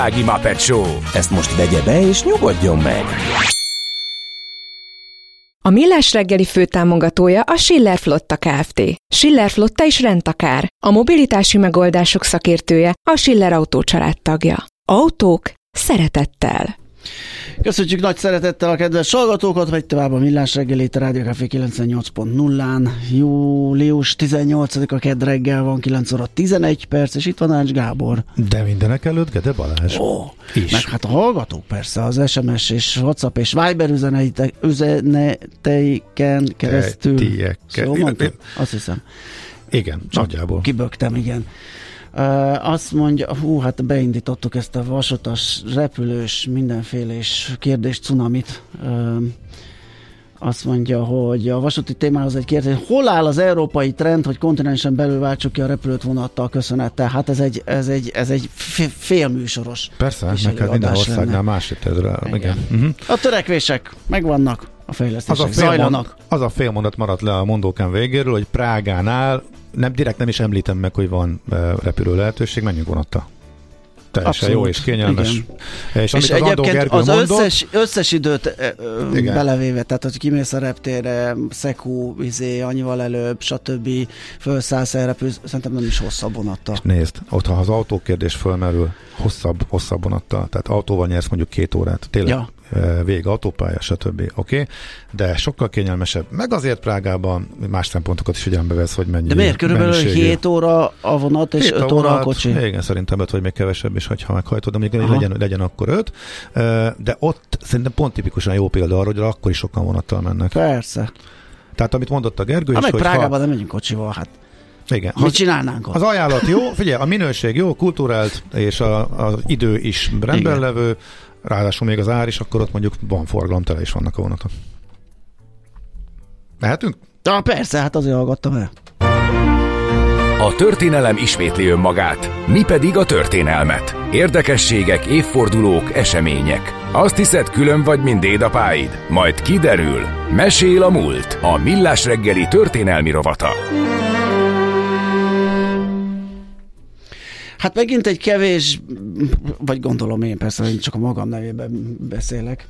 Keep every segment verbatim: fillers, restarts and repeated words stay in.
Ági Muppet Show. Ezt most vegye be és nyugodjon meg. A Millás reggeli főtámogatója a Schiller Flotta Kft. Schiller Flotta is rendtakár. A mobilitási megoldások szakértője, a Schiller Autó család tagja. Autók szeretettel. Köszönjük nagy szeretettel a kedves hallgatókat, vagy tovább a Millás reggelét a Rádió Café kilencvennyolc pont nullán. Július tizennyolcadika kedd reggel van, kilenc óra tizenegy perc, és itt van Ács Gábor. De mindenek előtt Gede Balázs. Ó, meg hát a hallgatók persze, az es em es és WhatsApp és Viber üzeneteiken keresztül. Szóval mondtam? Azt hiszem. Igen, nagyjából. Kibögtem, igen. Uh, azt mondja, hú, hát beindítottuk ezt a vasutas, repülős, mindenfélés kérdés cunamit. Uh, azt mondja, hogy a vasúti témához egy kérdés, hol áll az európai trend, hogy kontinensen belül váltsuk ki a repülőt vonattal, köszönettel? Hát ez egy, ez egy, ez egy félműsoros. Persze, meg hát minden országnál másik ezre. Igen. Uh-huh. A törekvések megvannak, a fejlesztések az a zajlanak. Az a félmondat maradt le a mondókán végéről, hogy Prágánál nem, direkt nem is említem meg, hogy van uh, repülő lehetőség, menjünk vonattal. Teljesen abszolút, jó és kényelmes. Igen. És, és amit egyébként az, az mondott, összes, összes időt ö, belevéve, tehát hogy kimész a reptérre, szekú, izé, annyival előbb, stb. Fölszállsz el repülsz, szerintem nem is hosszabb vonattal. Nézd, ott ha az autókérdés fölmerül, hosszabb, hosszabb vonattal, tehát autóval nyersz mondjuk két órát, tényleg ja. Vég, autópálya, stb. Oké, okay? De sokkal kényelmesebb. Meg azért Prágában más szempontokat is figyelembe vesz, hogy mennyi. De miért körülbelül hét óra a vonat és öt óra a kocsi? Igen, szerintem öt vagy még kevesebb is, hogyha meghajtod, de még legyen, legyen akkor öt. De ott szerintem pont tipikusan jó példa arra, hogy akkor is sokan vonattal mennek. Persze. Tehát amit mondott a Gergő is, hogy meg Prágában nem megyünk kocsival, hát. Igen. Mit csinálnánk ott? Az ajánlat jó, figyelj, a minőség jó, kulturált, és a, az idő is rendben levő, ráadásul még az ár is, akkor ott mondjuk van forgalom, tele is vannak a vonatok. Mehetünk? Ja, persze, hát azért hallgattam el. A történelem ismétli önmagát, mi pedig a történelmet. Érdekességek, évfordulók, események. Azt hiszed, külön vagy, mint dédapáid? Majd kiderül. Mesél a múlt. A Millás reggeli történelmi rovata. Hát megint egy kevés, vagy gondolom én persze, én csak a magam nevében beszélek.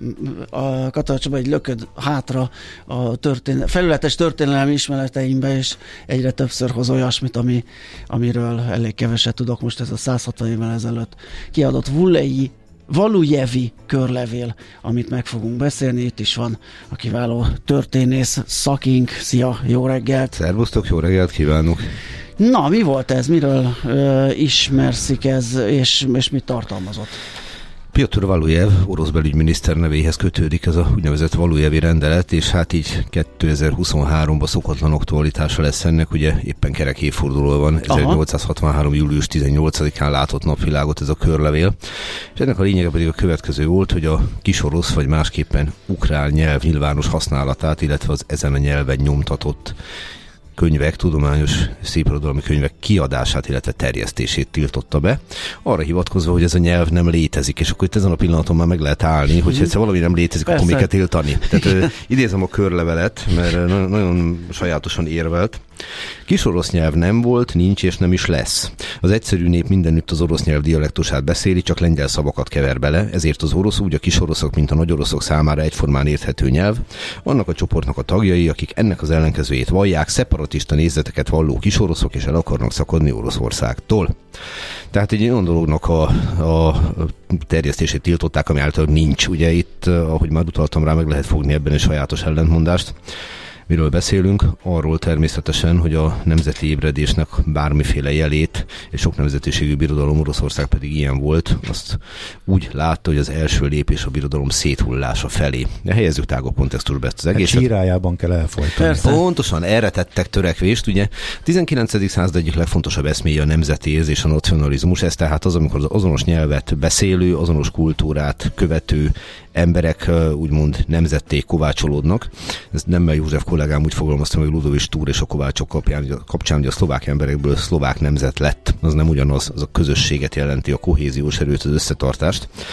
A Katona Csaba egy lököd hátra a történel, felületes történelmi ismereteimbe, és egyre többször hoz olyasmit, ami, amiről elég keveset tudok. Most ez a száz hatvan évvel ezelőtt kiadott Vulei Valujevi körlevél, amit meg fogunk beszélni. Itt is van a kiváló történész szakink. Szia, jó reggelt! Szervusztok, jó reggelt kívánok! Na, mi volt ez? Miről uh, ismerszik ez, és, és mit tartalmazott? Pjotr Valujev, orosz belügyminiszter nevéhez kötődik ez a úgynevezett Valujevi rendelet, és hát így kétezer-huszonháromban szokatlan aktualitása lesz ennek, ugye éppen kerek évforduló van, Aha. ezernyolcszázhatvanhárom. július tizennyolcadikán látott napvilágot ez a körlevél, és ennek a lényege pedig a következő volt, hogy a kisorosz, vagy másképpen ukrán nyelv nyilvános használatát, illetve az ezen a nyelven nyomtatott könyvek, tudományos szépirodalmi könyvek kiadását, illetve terjesztését tiltotta be, arra hivatkozva, hogy ez a nyelv nem létezik, és akkor itt ezen a pillanaton már meg lehet állni, hogyha egyszer valami nem létezik, Persze. akkor miket tiltani. Tehát ö, idézem a körlevelet, mert nagyon sajátosan érvelt. Kis orosz nyelv nem volt, nincs és nem is lesz. Az egyszerű nép mindenütt az orosz nyelv dialektusát beszéli, csak lengyel szavakat kever bele, ezért az orosz úgy a kis oroszok, mint a nagy oroszok számára egyformán érthető nyelv. Annak a csoportnak a tagjai, akik ennek az ellenkezőjét vallják, szeparatista nézeteket valló kis oroszok, és el akarnak szakadni Oroszországtól. Tehát egy olyan dolognak a, a terjesztését tiltották, ami általában nincs. Ugye itt, ahogy már utaltam rá, meg lehet fogni ebben egy sajátos ellentmondást. Miről beszélünk? Arról természetesen, hogy a nemzeti ébredésnek bármiféle jelét, és sok nemzetiségű birodalom, Oroszország pedig ilyen volt, azt úgy látta, hogy az első lépés a birodalom széthullása felé. De helyezzük tágabb kontextusba ezt az egészet. Hát csírájában kell elfolytani. Pontosan, erre tettek törekvést. Ugye a tizenkilencedik század egyik legfontosabb eszméje a nemzetérzés, a nacionalizmus. Ez tehát az, amikor az azonos nyelvet beszélő, azonos kultúrát követő emberek úgymond nemzetté kovácsolódnak. Ez nem József kollégám úgy fogalmazta meg Ludovic Túr és a kovácsok kapján, kapcsán, hogy a szlovák emberekből szlovák nemzet lett. Az nem ugyanaz, az a közösséget jelenti, a kohéziós erőt, az összetartást.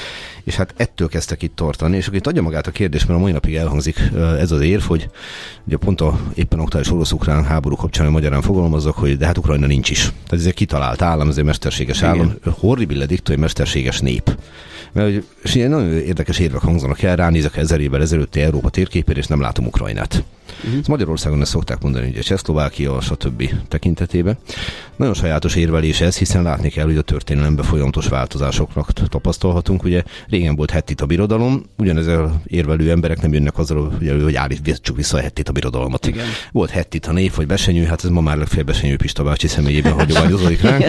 és hát ettől kezdtek itt tartani, és akkor itt adja magát a kérdés, mert a mai napig elhangzik ez az érv, hogy ugye pont a éppen aktuális orosz-ukrán háború kapcsán magyarán fogalmazzak, hogy de hát Ukrajna nincs is. Tehát ez egy kitalált állam, ez egy mesterséges igen. állam, horribile dictó, egy mesterséges nép. Mert és ilyen nagyon érdekes érvek hangzanak el, ránézek ezer évvel ezelőtti Európa térképére, és nem látom Ukrajnát. Uh-huh. Magyarországon ezt szokták mondani, ugye Csehszlovákia, stb. Tekintetében. Nagyon sajátos érvelés ez, hiszen látni kell, hogy a történelemben folyamatos változásoknak tapasztalhatunk. Ugye régen volt hettita birodalom, ugyanezzel érvelő emberek nem jönnek azzal, hogy állítsuk vissza a hettita birodalmat. Igen. Volt hettita nép, vagy besenyő, hát ez ma már legfeljebb Besenyő Pista bácsi személyében hagyományozódik ránk.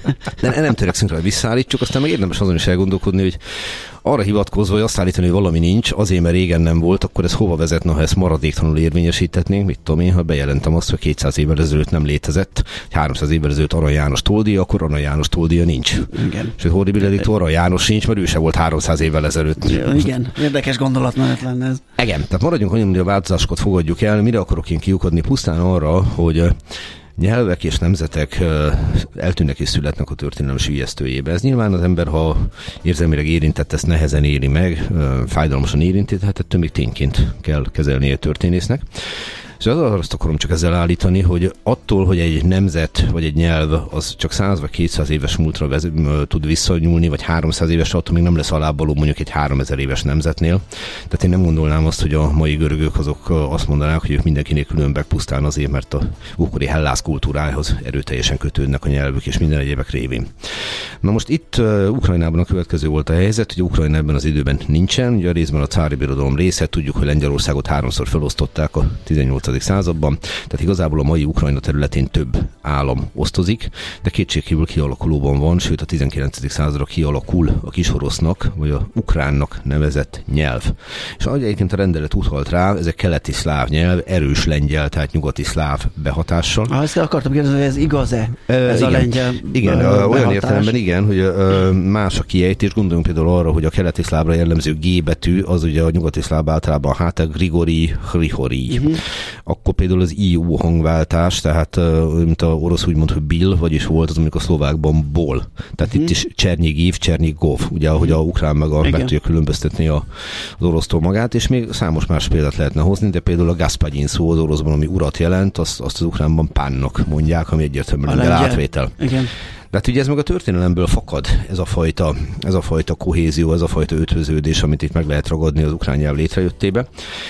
De nem törekszünk rá, hogy visszaállítsuk, aztán meg érdemes azon is elgondolkodni, hogy arra hivatkozva, hogy azt állítani, hogy valami nincs, azért, mert régen nem volt, akkor ez hova vezetne, ha ezt maradéktalanul érvényesítetnénk? Mit tudom én, ha bejelentem azt, hogy kétszáz évvel ezelőtt nem létezett, háromszáz évvel ezelőtt Arany János toldia, akkor Arany János toldia nincs. Igen. És hogy horribile dictó Arany János sincs, mert ő se volt háromszáz évvel ezelőtt. Igen, érdekes gondolatmenet lenne ez. Igen, tehát maradjunk annyi, hogy a változásokat fogadjuk el, mire akarok én kiukadni, pusztán arra, hogy nyelvek és nemzetek eltűnnek és születnek a történelem süllyesztőjébe. Ez nyilván az ember, ha érzelmileg érintett, ezt nehezen éli meg, fájdalmasan érinti, tehát ettől még tényként kell kezelni a történésznek. És az azt akarom csak ezzel állítani, hogy attól, hogy egy nemzet vagy egy nyelv az csak száz vagy kétszáz éves múltra vez- tud visszanyúlni, vagy háromszáz éves, attól még nem lesz alábbvaló mondjuk egy háromezer éves nemzetnél. Tehát én nem gondolnám azt, hogy a mai görögök azok azt mondanák, hogy ők mindenkinél különbek pusztán azért, mert a ókori hellász kultúrához erőteljesen kötődnek a nyelvük és minden egyébek révén. Na most itt uh, Ukrajnában a következő volt a helyzet, hogy Ukrajna ebben az időben nincsen, ugye a részben a cári birodalom része, tudjuk, hogy Lengyelországot háromszor felosztották a tizennyolcadik században, tehát igazából a mai Ukrajna területén több állam osztozik, de kétségkívül kialakulóban van, sőt a tizenkilencedik századra kialakul a kisorosznak, vagy a ukránnak nevezett nyelv. És ahogy egyébként a rendelet utalt rá, ez egy keleti szláv nyelv, erős lengyel, tehát nyugati szláv behatással. Ah, ezt akartam kérdezni, hogy ez igaz-e? Ez igen, a lengyel igen, behatás. Olyan értelemben igen, hogy ö, más a kiejtés, gondoljunk például arra, hogy a keleti szlávra jellemző G betű, az ugye a nyugati szláv általában hát a Grigori, Hrihori. Uh-huh. Akkor például az I U hangváltás, tehát mint a orosz úgy mond, hogy Bill, vagyis volt az, amikor a szlovákban Bol. Tehát hmm. itt is Csernyigiv, Csernigov, ugye ahogy a ukrán meg a, meg tudja különböztetni a, az orosztól magát, és még számos más példát lehetne hozni, de például a Gaspadin szó az oroszban, ami urat jelent, azt, azt az ukránban pánnak mondják, ami egyértelműen lengyel átvétel. Igen. De hát ugye ez meg a történelemből fakad, ez a fajta, ez a fajta kohézió, ez a fajta ötvöződés, amit itt meg lehet ragadni az ukrán nyelv létrejöttébe.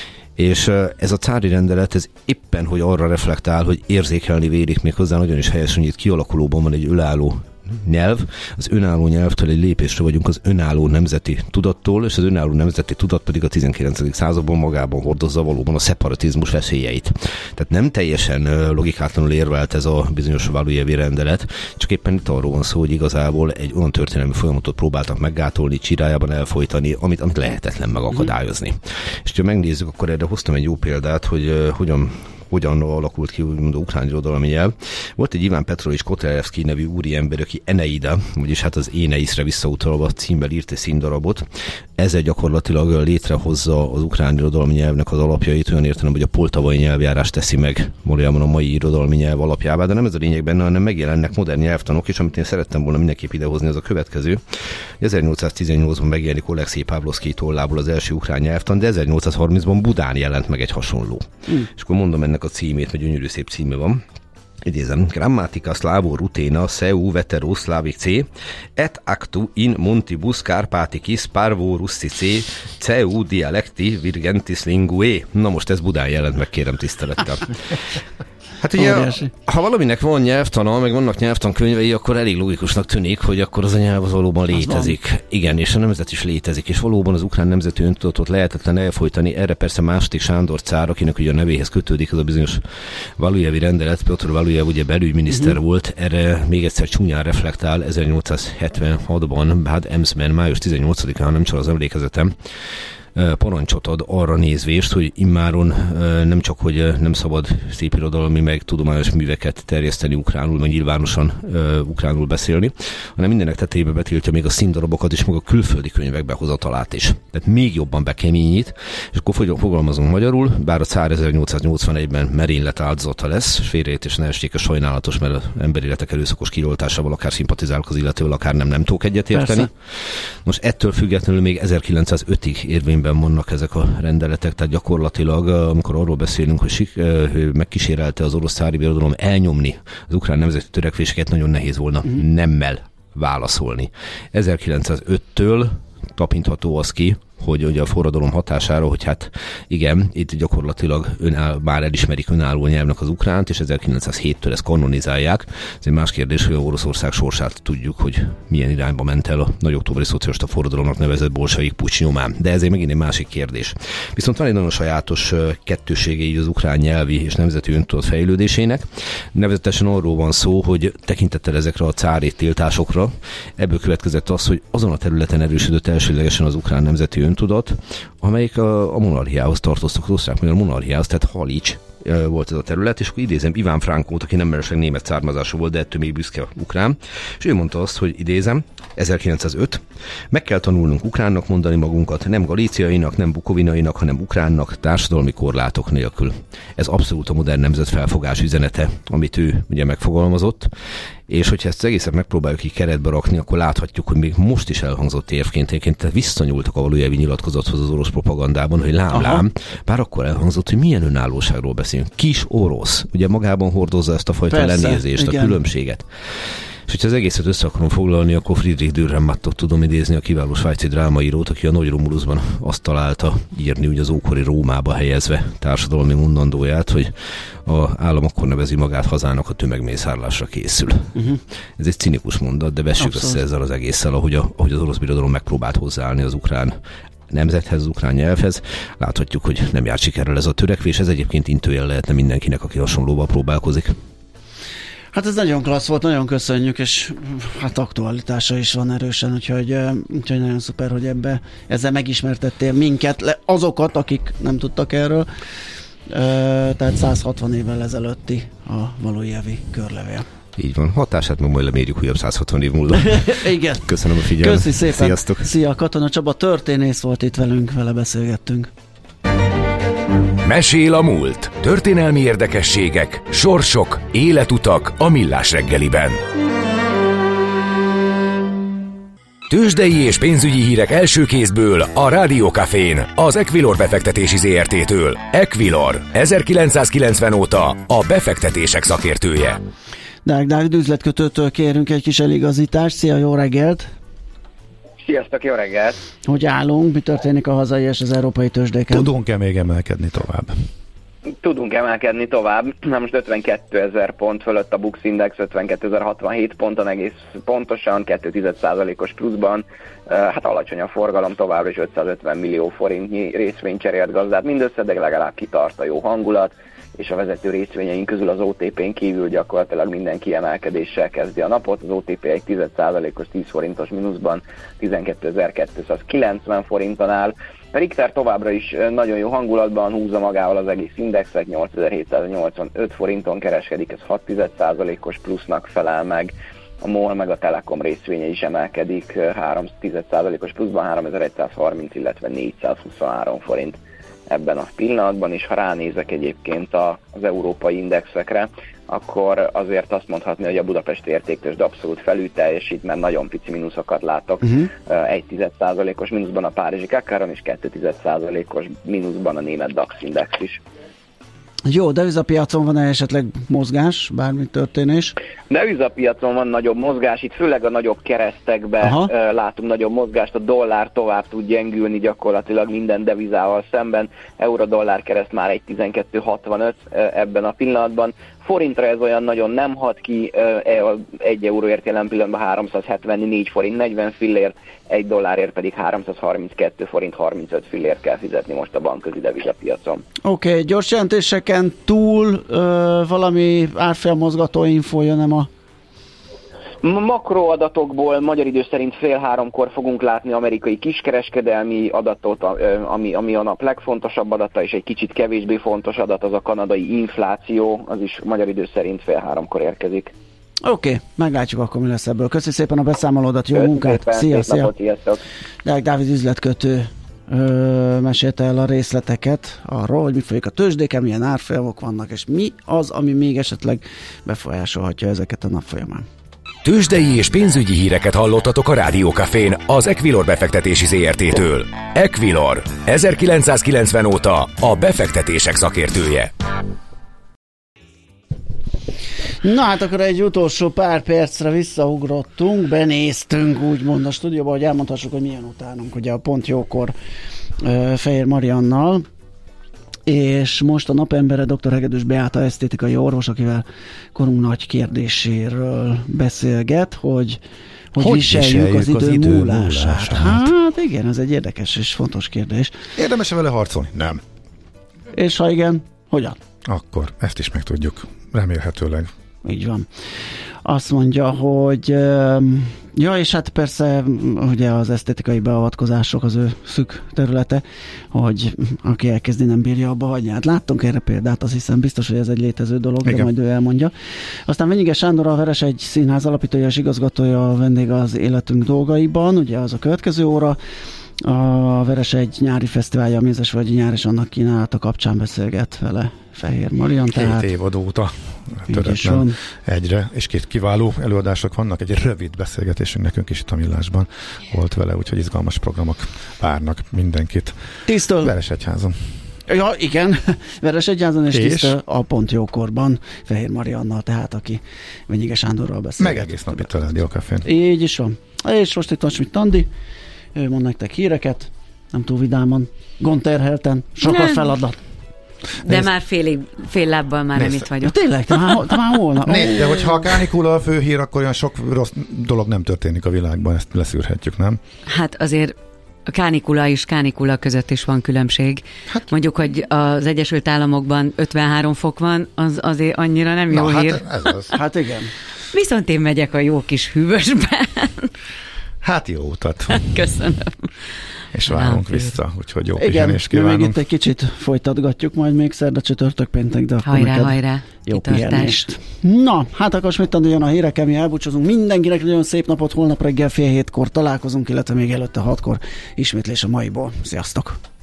És ez a cári rendelet, ez éppen, hogy arra reflektál, hogy érzékelni vélik még hozzá nagyon is helyes, hogy itt kialakulóban van egy önálló nyelv. Az önálló nyelvtől egy lépésre vagyunk az önálló nemzeti tudattól, és az önálló nemzeti tudat pedig a tizenkilencedik században magában hordozza valóban a szeparatizmus veszélyeit. Tehát nem teljesen logikátlanul érvelt ez a bizonyos Valujevi rendelet, csak éppen itt arról van szó, hogy igazából egy olyan történelmi folyamatot próbáltak meggátolni, csirájában elfolytani, amit, amit lehetetlen megakadályozni. Mm. És ha megnézzük, akkor erre hoztam egy jó példát, hogy uh, hogyan hogyan alakult ki úgymond ukrán irodalmi nyelv. Volt egy Iván Petrovics Kotelevszky nevű úriember, aki Eneida, vagyis hát az Éneiszre visszautalva címmel írt egy színdarabot. Ezzel gyakorlatilag létrehozza az ukrán irodalmi nyelvnek az alapjait, olyan értelem, hogy a poltavai nyelvjárás teszi meg valójában a mai irodalmi nyelv alapjává, de nem ez a lényeg benne, hanem megjelennek modern nyelvtanok, és amit én szerettem volna mindenképp idehozni, az a következő. ezernyolcszáztizennyolcban megjelenik Olekszij Pavlovszkij tollából az első ukrán nyelvtan, de ezernyolcszázharmincban Budán jelent meg egy hasonló. Mm. És akkor mondom ennek a címét, mert gyönyörű szép címe van. Idézem, Grammatica slavo rutena seu vetero slavice et actu in montibus carpaticis parvo rustice seu dialecti virgentis linguae. Na most ez Budán jelent meg, kérem tisztelettel. Hát ugye, óriási. Ha valaminek van nyelvtana, meg vannak nyelvtankönyvei, akkor elég logikusnak tűnik, hogy akkor az a nyelv az valóban létezik. Igen, és a nemzet is létezik, és valóban az ukrán nemzeti öntudatot lehetetlen elfolytani. Erre persze második Sándor cár, akinek ugye a nevéhez kötődik ez a bizonyos Valujevi rendelet, Piotr Valujev ugye belügyminiszter uh-huh. volt, erre még egyszer csúnyán reflektál ezernyolcszázhetvenhatban, hát Emszben, május tizennyolcadikán, nem csak az emlékezetem, parancsot ad arra nézvést, hogy immáron nem csak, hogy nem szabad szépirodalmi meg tudományos műveket terjeszteni ukránul, meg nyilvánosan ukránul beszélni, hanem mindenek tetejébe betiltja még a színdarabokat és meg a külföldi könyvek behozatalát is. Tehát még jobban bekeményít, és akkor fogalmazunk magyarul, bár a cár ezernyolcszáznyolcvanegyben merénylet áldozata lesz, és félreértés ne essék, a sajnálatos, mert az emberéletek erőszakos kiroltásával akár szimpatizálok az illetővel, akár nem, nem tudok egyet érteni. Most ettől függetlenül még ezerkilencszázötig érvényben vannak ezek a rendeletek, tehát gyakorlatilag, amikor arról beszélünk, hogy, sik, hogy megkísérelte az orosz cári birodalom elnyomni az ukrán nemzeti törekvéseket, nagyon nehéz volna mm. nemmel válaszolni. ezerkilencszázöttől tapintható az ki, hogy ugye a forradalom hatására, hogy hát igen, itt gyakorlatilag önáll, már elismerik önálló nyelvnek az ukránt, és ezerkilencszázhéttől ezt kanonizálják. Ez egy más kérdés, hogy a Oroszország sorsát tudjuk, hogy milyen irányba ment el a nagy októberi szocialista forradalomnak nevezett bolsevik puccs nyomán. De ezért megint egy másik kérdés. Viszont van egy nagyon sajátos kettősége így az ukrán nyelvi és nemzeti öntudat fejlődésének. Nevezetesen arról van szó, hogy tekintettel ezekre a cári tiltásokra, ebből következett az, hogy azon a területen erősödött elsődlegesen az ukrán nemzeti öntudat, amelyik a, a monarchiához tartoztak, az osztrák-magyar monarchiához, tehát Halics volt ez a terület, és akkor idézem Iván Frankót, aki nem mellesleg német származású volt, de ettől még büszke ukrán, és ő mondta azt, hogy idézem, ezerkilencszázöt, meg kell tanulnunk ukránnak mondani magunkat, nem galíciainak, nem bukovinainak, hanem ukránnak, társadalmi korlátok nélkül. Ez abszolút a modern nemzetfelfogás üzenete, amit ő ugye megfogalmazott, és hogyha ezt egészet megpróbáljuk így keretbe rakni, akkor láthatjuk, hogy még most is elhangzott érvként, egyébként tehát visszanyúltak a Valujevi nyilatkozathoz az orosz propagandában, hogy lám, lám, bár akkor elhangzott, hogy milyen önállóságról beszélünk. Kis orosz, ugye magában hordozza ezt a fajta Persze, lenézést, igen. a különbséget. És hogyha az egészet össze akarom foglalni, akkor Friedrich Dürrenmattot tudom idézni, a kiváló svájci drámaírót, aki a Nagy Romulusban azt találta írni, úgy az ókori Rómába helyezve társadalmi mondandóját, hogy az állam akkor nevezi magát hazának, a tömegmészárlásra készül. Uh-huh. Ez egy cinikus mondat, de vessük Abszolút. össze ezzel az egésszel, ahogy, a, ahogy az orosz birodalom megpróbált hozzáállni az ukrán nemzethez, az ukrán nyelvhez. Láthatjuk, hogy nem járt sikerrel ez a törekvés, ez egyébként intőjel lehetne mindenkinek, aki hasonlóval próbálkozik. Hát ez nagyon klassz volt, nagyon köszönjük, és hát aktualitása is van erősen, úgyhogy, úgyhogy nagyon szuper, hogy ebbe ezzel megismertettél minket, le, azokat, akik nem tudtak erről. Tehát száz hatvan évvel ezelőtti a Valujevi körlevél. Így van. Hatását meg majd lemérjük újabb száz hatvan év múlva. Igen. Köszönöm a figyelmet. Köszi szépen. Sziasztok. Szia, Katona Csaba történész volt itt velünk, vele beszélgettünk. Mesél a múlt. Történelmi érdekességek, sorsok, életutak a Millás reggeliben. Tőzsdei és pénzügyi hírek első kézből a Rádió Cafén, az Equilor befektetési zé er té-től. Equilor, ezerkilencszázkilencven óta a befektetések szakértője. Dág-dág, üzletkötőtől kérünk egy kis eligazítást. Szia, jó reggelt! Sziasztok, jó reggelt! Hogy állunk? Mi történik a hazai és az európai tőzsdéken? Tudunk-e még emelkedni tovább? Tudunk emelkedni tovább. Na most ötvenkétezer pont fölött a Bux Index, ötvenkétezer hatvanhét ponton egész pontosan, két egész egy százalékos pluszban. Hát alacsony a forgalom, továbbra is ötszázötven millió forintnyi részvény cserélt gazdát mindössze, de legalább kitart a jó hangulat, és a vezető részvényeink közül az o té pén kívül gyakorlatilag minden kiemelkedéssel kezdi a napot. Az o té pé egy tized százalékos tíz forintos mínuszban tizenkétezer-kétszázkilencven forinton áll. A Richter továbbra is nagyon jó hangulatban húzza magával az egész indexet, nyolcezer-hétszáznyolcvanöt forinton kereskedik, ez hat tized százalékos plusznak felel meg. A MOL meg a Telekom részvénye is emelkedik három tized százalékos pluszban, háromezer-egyszázharminc, illetve négyszázhuszonhárom forint ebben a pillanatban, és ha ránézek egyébként az európai indexekre, akkor azért azt mondhatni, hogy a budapesti értéktőzsde abszolút felül teljesít, mert nagyon pici mínuszokat látok. Uh-huh. egy tized százalékos mínuszban a párizsi Kakaron, és két tized százalékos mínuszban a német DAX index is. Jó, devizapiacon van-e esetleg mozgás, bármi történés? Devizapiacon van nagyobb mozgás, itt főleg a nagyobb keresztekben Aha. látunk nagyobb mozgást, a dollár tovább tud gyengülni gyakorlatilag minden devizával szemben, euró-dollár kereszt már egy tizenkettő hatvanöt ebben a pillanatban, forintra ez olyan nagyon nem hat ki, egy euróért jelen pillanatban háromszázhetvennégy forint negyven fillért, egy dollárért pedig háromszázharminckettő forint harmincöt fillért kell fizetni most a bankközi devizapiacon. Oké, okay, gyors jelentéseken túl ö, valami árfolyam mozgató info jön a Makroadatokból magyar idő szerint fél háromkor fogunk látni amerikai kiskereskedelmi adatot, ami, ami a nap legfontosabb adata, és egy kicsit kevésbé fontos adat az a kanadai infláció, az is magyar idő szerint fél háromkor érkezik. Oké, okay, meglátjuk akkor, mi lesz ebből. Köszönjük szépen a beszámolódat, jó Köszönjük munkát! Szépen, szia, szia! Napot, sziasztok! Deák Dávid üzletkötő ö, mesélte el a részleteket arról, hogy mi folyik a tőzsdéken, milyen árfolyamok vannak, és mi az, ami még esetleg befolyásolhatja ezeket a nap folyamán. Tőzsdei és pénzügyi híreket hallottatok a Rádió Cafén az Equilor befektetési zé er té-től. Equilor, ezerkilencszázkilencven óta a befektetések szakértője. Na hát akkor egy utolsó pár percre visszaugrottunk, benéztünk úgymond a stúdióba, hogy elmondhassuk, hogy milyen utánunk, ugye a Pont Jókor uh, Fehér Mariannal, és most a napembere dr. Hegedűs Beáta esztétikai orvos, akivel korunk nagy kérdéséről beszélget, hogy hogy, hogy viseljük az idő, az idő múlását. múlását. Hát igen, ez egy érdekes és fontos kérdés. Érdemes-e vele harcolni? Nem. És ha igen, hogyan? Akkor ezt is megtudjuk, remélhetőleg. Így van. Azt mondja, hogy ja, és hát persze ugye az esztétikai beavatkozások az ő szűk területe, hogy aki elkezdi, nem bírja abba hagyni. Hát láttunk erre példát, azt hiszem biztos, hogy ez egy létező dolog, igen, de majd ő elmondja. Aztán Venyige Sándor, a Veresegy Színház alapítója és igazgatója, a vendég az életünk dolgaiban, ugye az a következő óra. A Veresegy nyári fesztiválja, a Mézesvölgyi nyár és annak kínálata kapcsán beszélget vele Fehér Marian. Tehát két évad óta töretlen egyre, és két kiváló előadások vannak, egy rövid beszélgetésünk nekünk is itt a Millásban volt vele, úgyhogy izgalmas programok várnak mindenkit. Tisztől! Veresegyházon. Ja, igen, Veresegyházon és, és? Tisztől a Pont Jókorban Fehér Mariannal, tehát aki Venyige Sándorral beszélget. Meg egész nap itt a Rádió Cafén. Így is van. És most itt van Schmidt Andi, ő mond nektek híreket, nem túl vidáman, gondterhelten, sok a feladat. De Nézd. már félig, fél lábbal már Nézd. nem itt vagyok. Ja, tényleg, te már, te már holna. Nézd, de hogyha a kánikula a fő hír, akkor olyan sok rossz dolog nem történik a világban, ezt leszűrhetjük, nem? Hát azért a kánikula és kánikula között is van különbség. Hát, mondjuk, hogy az Egyesült Államokban ötvenhárom fok van, az azért annyira nem jó Na, hír. Hát, ez az. Hát igen. Viszont én megyek a jó kis hűvösben. Hát jó utat. Köszönöm. És várunk Nem, vissza, úgyhogy jó igen, pihenést kívánunk. Igen, még itt egy kicsit folytatgatjuk majd még szerda, csütörtök, péntek, de akkor hajrá, hajrá. Jó pihenést. Na, hát akkor Schmidt Andi jön a hírekkel, mi elbúcsúzunk. Mindenkinek nagyon szép napot, holnap reggel fél hétkor találkozunk, illetve még előtte hatkor ismétlés a maiból. Sziasztok!